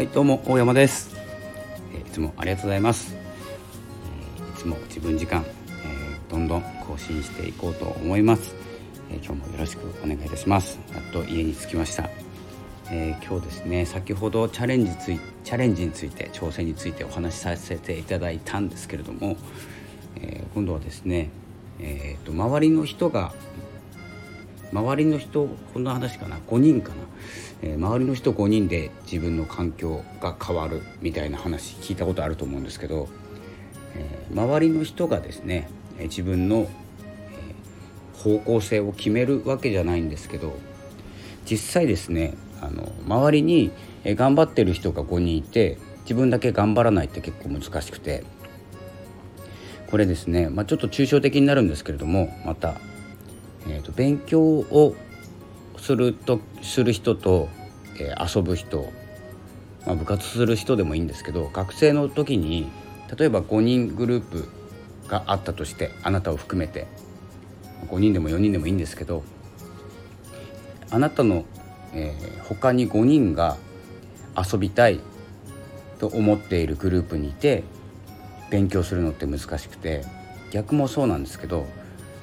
はい、どうも大山です。いつもありがとうございます。いつも自分時間、どんどん更新していこうと思います。今日もよろしくお願いいたします。やっと家に着きました。今日ですね、先ほどチャレンジについて挑戦についてお話しさせていただいたんですけれども、今度はですね、周りの人こんな話かな、5人かな、周りの人5人で自分の環境が変わるみたいな話聞いたことあると思うんですけど、周りの人がですね、自分の、方向性を決めるわけじゃないんですけど、実際ですね、周りに頑張ってる人が5人いて自分だけ頑張らないって結構難しくて、これですね、ちょっと抽象的になるんですけれども、また勉強をする人と、遊ぶ人、部活する人でもいいんですけど、学生の時に例えば5人グループがあったとして、あなたを含めて5人でも4人でもいいんですけど、あなたの、他に5人が遊びたいと思っているグループにいて勉強するのって難しくて、逆もそうなんですけど、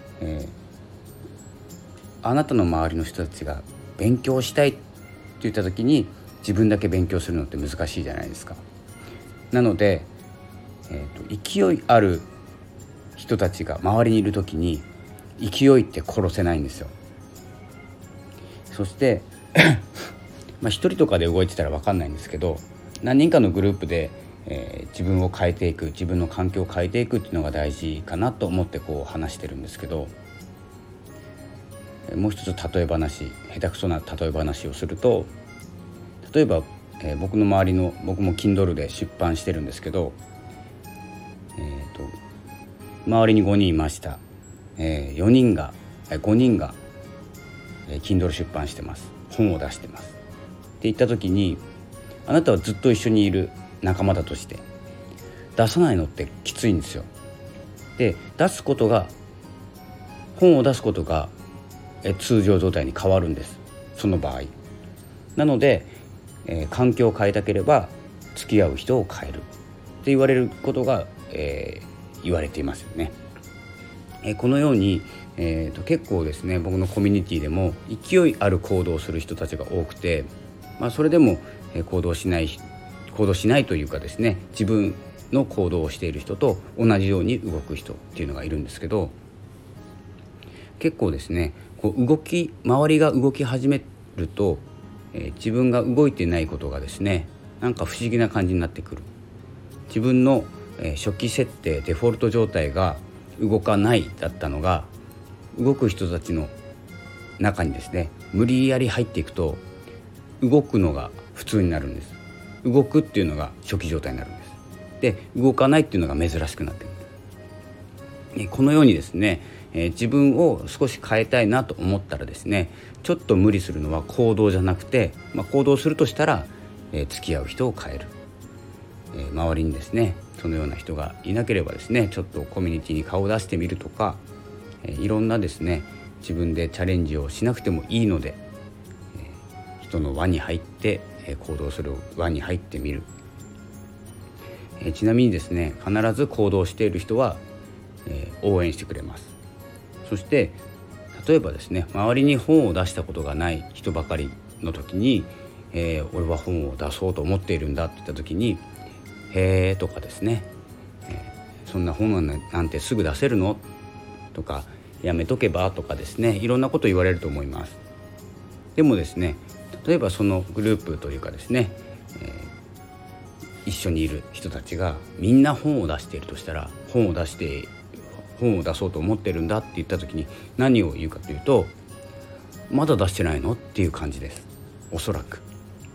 あなたの周りの人たちが勉強したいって言った時に自分だけ勉強するのって難しいじゃないですか。なので、勢いある人たちが周りにいる時に勢いって殺せないんですよ。そして一人とかで動いてたら分かんないんですけど、何人かのグループで、自分を変えていく、自分の環境を変えていくっていうのが大事かなと思ってこう話してるんですけど、もう一つ例え話、下手くそな例え話をすると、例えば、僕も Kindle で出版してるんですけど、周りに5人いました。5人が、Kindle 出版してます、本を出してますって言った時に、あなたはずっと一緒にいる仲間だとして出さないのってきついんですよ。で、本を出すことが通常状態に変わるんです、その場合。なので、環境を変えたければ付き合う人を変えるって言われることが、言われていますよね。このように、結構ですね、僕のコミュニティでも勢いある行動をする人たちが多くて、それでも行動しないというかですね、自分の行動をしている人と同じように動く人っていうのがいるんですけど、結構ですね、周りが動き始めると、自分が動いてないことがですね、なんか不思議な感じになってくる。自分の、初期設定デフォルト状態が動かないだったのが、動く人たちの中にですね無理やり入っていくと動くのが普通になるんです。動くっていうのが初期状態になるんです。で、動かないっていうのが珍しくなってくる。このようにですね、自分を少し変えたいなと思ったらですね、ちょっと無理するのは行動じゃなくて、行動するとしたら、付き合う人を変える。周りにですねそのような人がいなければですね、ちょっとコミュニティに顔を出してみるとか、いろんなですね自分でチャレンジをしなくてもいいので、人の輪に入って、行動する輪に入ってみる。ちなみにですね、必ず行動している人は、応援してくれます。そして例えばですね、周りに本を出したことがない人ばかりの時に、俺は本を出そうと思っているんだって言った時に、へーとかですね、そんな本なんてすぐ出せるのとか、やめとけばとかですね、いろんなこと言われると思います。でもですね、例えばそのグループというかですね、一緒にいる人たちがみんな本を出しているとしたら、本を出そうと思ってるんだって言った時に何を言うかというと、まだ出してないのっていう感じです、おそらく。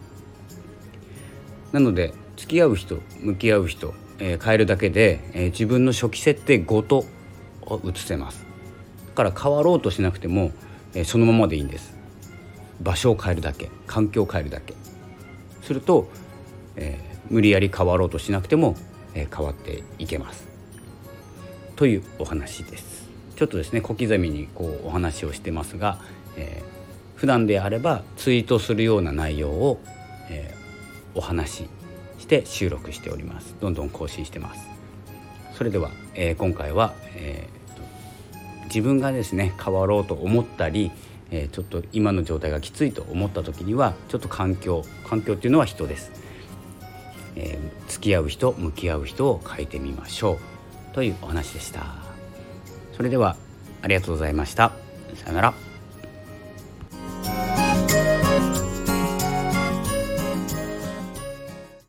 なので付き合う人、向き合う人、変えるだけで、自分の初期設定ごと移せます。だから変わろうとしなくても、そのままでいいんです。場所を変えるだけ、環境を変えるだけすると、無理やり変わろうとしなくても、変わっていけますというお話です。ちょっとですね小刻みにお話をしてますが、普段であればツイートするような内容を、お話して収録しております。どんどん更新してます。それでは、今回は、自分がですね変わろうと思ったり、ちょっと今の状態がきついと思った時にはちょっと環境っていうのは人です、付き合う人、向き合う人を変えてみましょうというお話でした。それではありがとうございました。さよなら。